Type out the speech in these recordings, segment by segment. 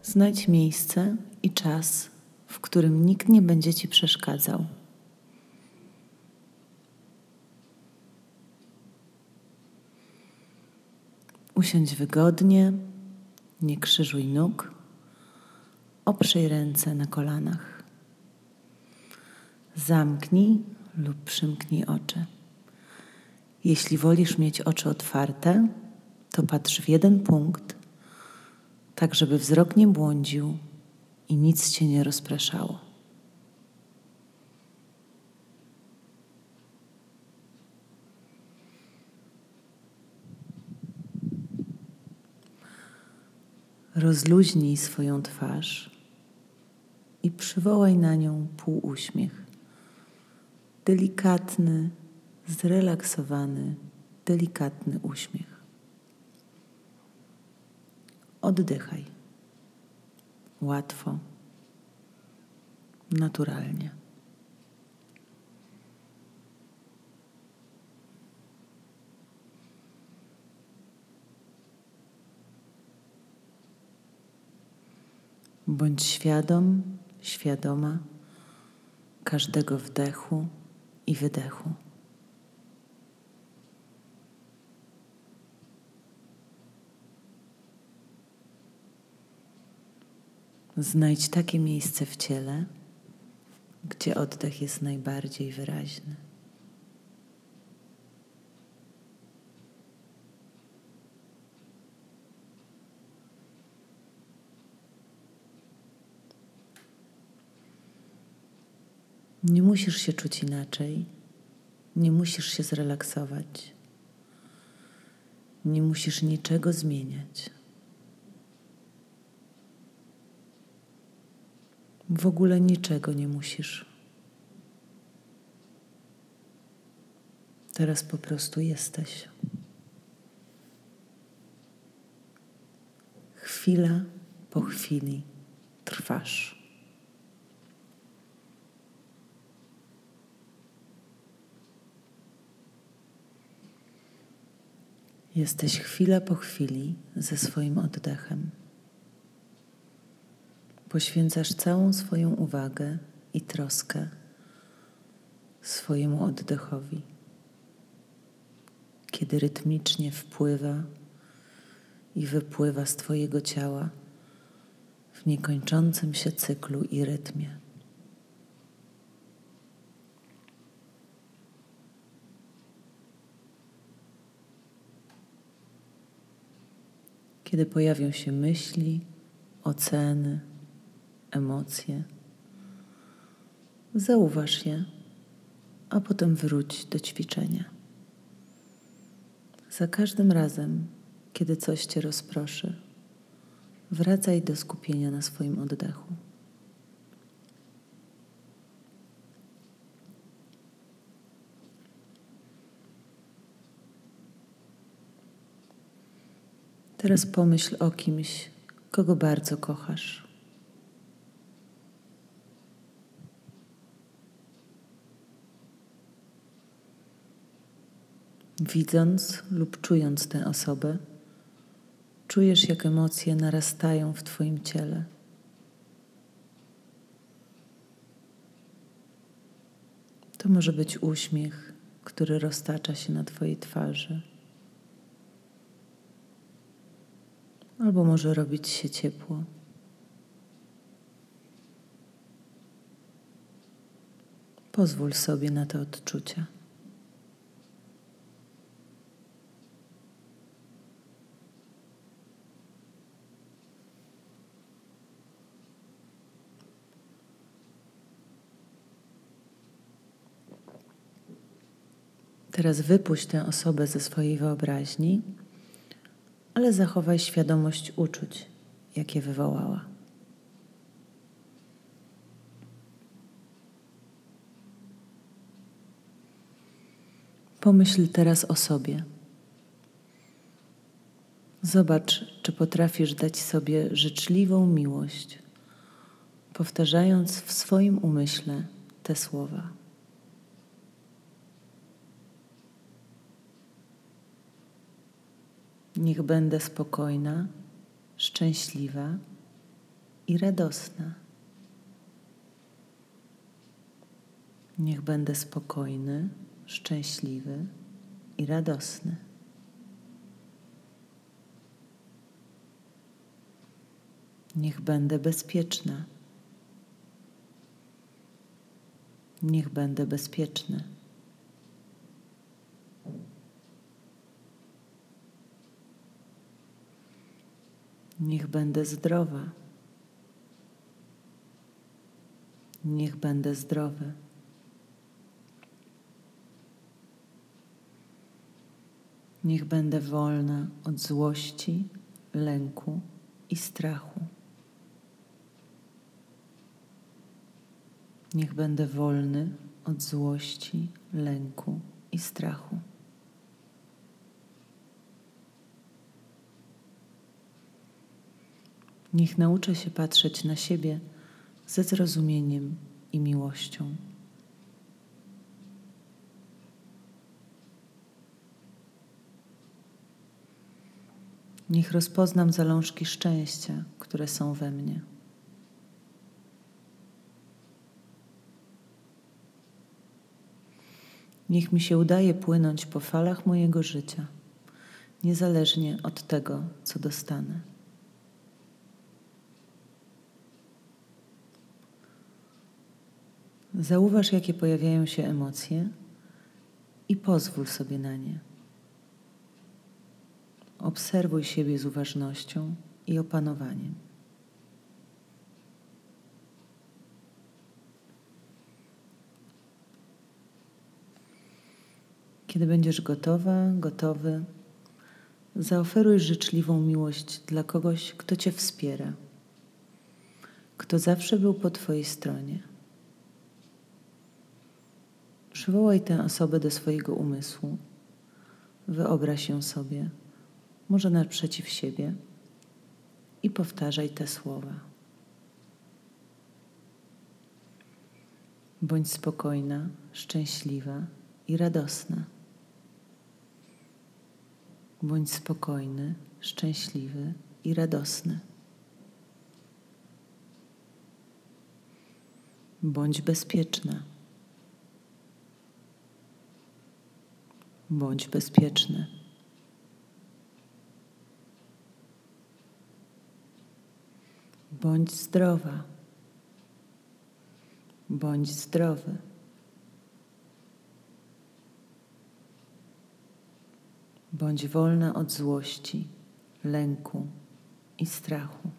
Znajdź miejsce i czas, w którym nikt nie będzie Ci przeszkadzał. Usiądź wygodnie, nie krzyżuj nóg, oprzyj ręce na kolanach. Zamknij lub przymknij oczy. Jeśli wolisz mieć oczy otwarte, to patrz w jeden punkt, tak żeby wzrok nie błądził i nic Cię nie rozpraszało. Rozluźnij swoją twarz i przywołaj na nią półuśmiech. Delikatny, zrelaksowany, delikatny uśmiech. Oddychaj. Łatwo, naturalnie. Bądź świadom, świadoma każdego wdechu i wydechu. Znajdź takie miejsce w ciele, gdzie oddech jest najbardziej wyraźny. Nie musisz się czuć inaczej, nie musisz się zrelaksować, nie musisz niczego zmieniać. W ogóle niczego nie musisz. Teraz po prostu jesteś. Chwila po chwili trwasz. Jesteś chwila po chwili ze swoim oddechem. Poświęcasz całą swoją uwagę i troskę swojemu oddechowi, kiedy rytmicznie wpływa i wypływa z Twojego ciała w niekończącym się cyklu i rytmie. Kiedy pojawią się myśli, oceny, emocje, zauważ je, a potem wróć do ćwiczenia. Za każdym razem, kiedy coś Cię rozproszy, wracaj do skupienia na swoim oddechu. Teraz pomyśl o kimś, kogo bardzo kochasz. Widząc lub czując tę osobę, czujesz, jak emocje narastają w Twoim ciele. To może być uśmiech, który roztacza się na Twojej twarzy. Albo może robić się ciepło. Pozwól sobie na te odczucia. Teraz wypuść tę osobę ze swojej wyobraźni, ale zachowaj świadomość uczuć, jakie wywołała. Pomyśl teraz o sobie. Zobacz, czy potrafisz dać sobie życzliwą miłość, powtarzając w swoim umyśle te słowa. Niech będę spokojna, szczęśliwa i radosna. Niech będę spokojny, szczęśliwy i radosny. Niech będę bezpieczna. Niech będę bezpieczny. Niech będę zdrowa. Niech będę zdrowy. Niech będę wolna od złości, lęku i strachu. Niech będę wolny od złości, lęku i strachu. Niech nauczę się patrzeć na siebie ze zrozumieniem i miłością. Niech rozpoznam zalążki szczęścia, które są we mnie. Niech mi się udaje płynąć po falach mojego życia, niezależnie od tego, co dostanę. Zauważ, jakie pojawiają się emocje i pozwól sobie na nie. Obserwuj siebie z uważnością i opanowaniem. Kiedy będziesz gotowa, gotowy, zaoferuj życzliwą miłość dla kogoś, kto Cię wspiera, kto zawsze był po Twojej stronie. Przywołaj tę osobę do swojego umysłu, wyobraź ją sobie, może naprzeciw siebie i powtarzaj te słowa. Bądź spokojna, szczęśliwa i radosna. Bądź spokojny, szczęśliwy i radosny. Bądź bezpieczna. Bądź bezpieczny. Bądź zdrowa. Bądź zdrowy. Bądź wolna od złości, lęku i strachu.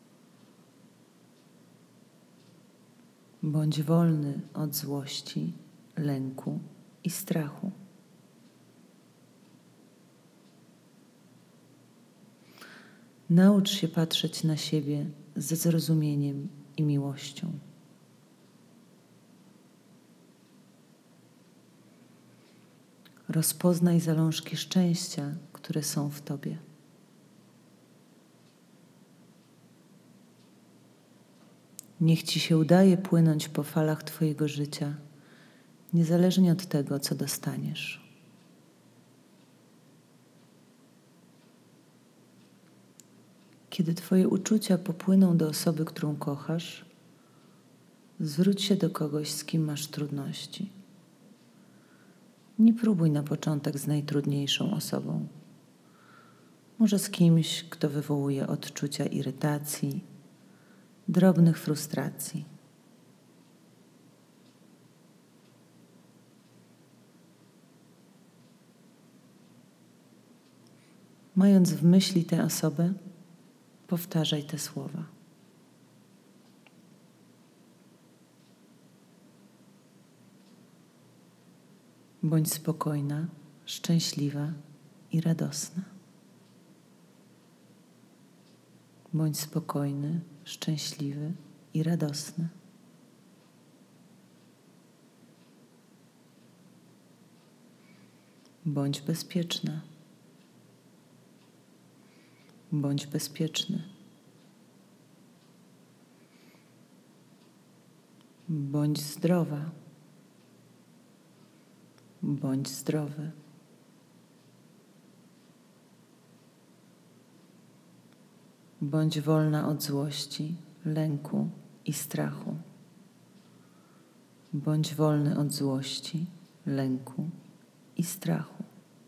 Bądź wolny od złości, lęku i strachu. Naucz się patrzeć na siebie ze zrozumieniem i miłością. Rozpoznaj zalążki szczęścia, które są w Tobie. Niech Ci się udaje płynąć po falach Twojego życia, niezależnie od tego, co dostaniesz. Kiedy Twoje uczucia popłyną do osoby, którą kochasz, zwróć się do kogoś, z kim masz trudności. Nie próbuj na początek z najtrudniejszą osobą. Może z kimś, kto wywołuje odczucia irytacji, drobnych frustracji. Mając w myśli tę osobę, powtarzaj te słowa. Bądź spokojna, szczęśliwa i radosna. Bądź spokojny, szczęśliwy i radosny. Bądź bezpieczna. Bądź bezpieczny. Bądź zdrowa. Bądź zdrowy. Bądź wolna od złości, lęku i strachu. Bądź wolny od złości, lęku i strachu.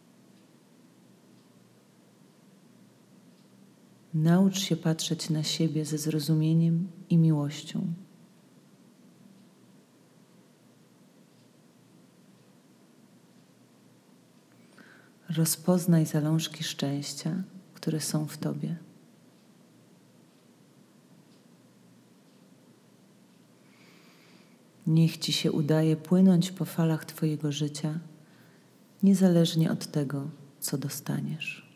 Naucz się patrzeć na siebie ze zrozumieniem i miłością. Rozpoznaj zalążki szczęścia, które są w Tobie. Niech Ci się udaje płynąć po falach Twojego życia, niezależnie od tego, co dostaniesz.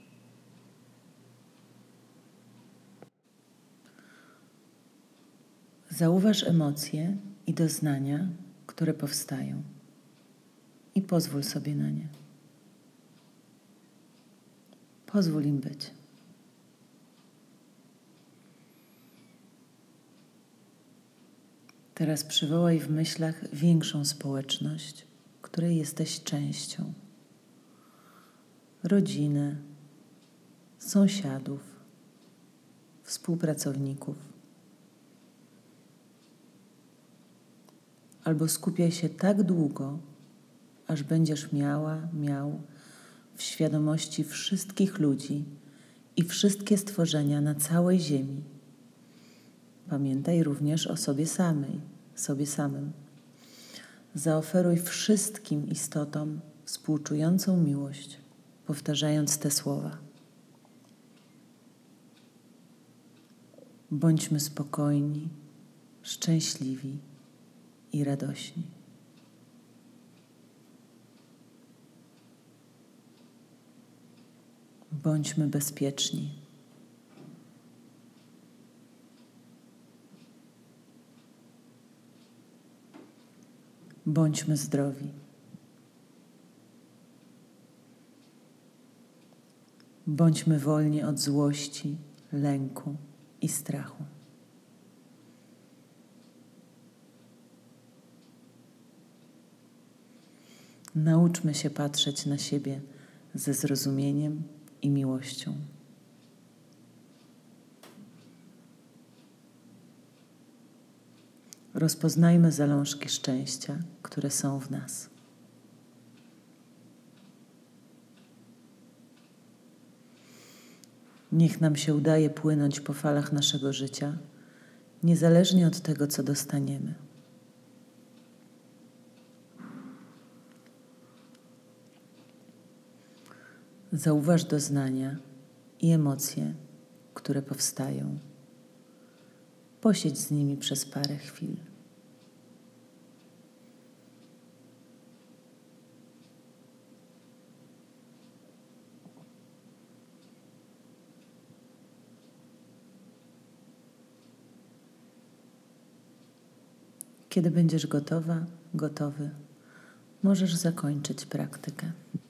Zauważ emocje i doznania, które powstają, i pozwól sobie na nie. Pozwól im być. Teraz przywołaj w myślach większą społeczność, której jesteś częścią. Rodzinę, sąsiadów, współpracowników. Albo skupiaj się tak długo, aż będziesz miał w świadomości wszystkich ludzi i wszystkie stworzenia na całej ziemi. Pamiętaj również o sobie samym. Zaoferuj wszystkim istotom współczującą miłość, powtarzając te słowa. Bądźmy spokojni, szczęśliwi i radośni. Bądźmy bezpieczni. Bądźmy zdrowi. Bądźmy wolni od złości, lęku i strachu. Nauczmy się patrzeć na siebie ze zrozumieniem i miłością. Rozpoznajmy zalążki szczęścia, które są w nas. Niech nam się udaje płynąć po falach naszego życia, niezależnie od tego, co dostaniemy. Zauważ doznania i emocje, które powstają. Posiedź z nimi przez parę chwil. Kiedy będziesz gotowy, możesz zakończyć praktykę.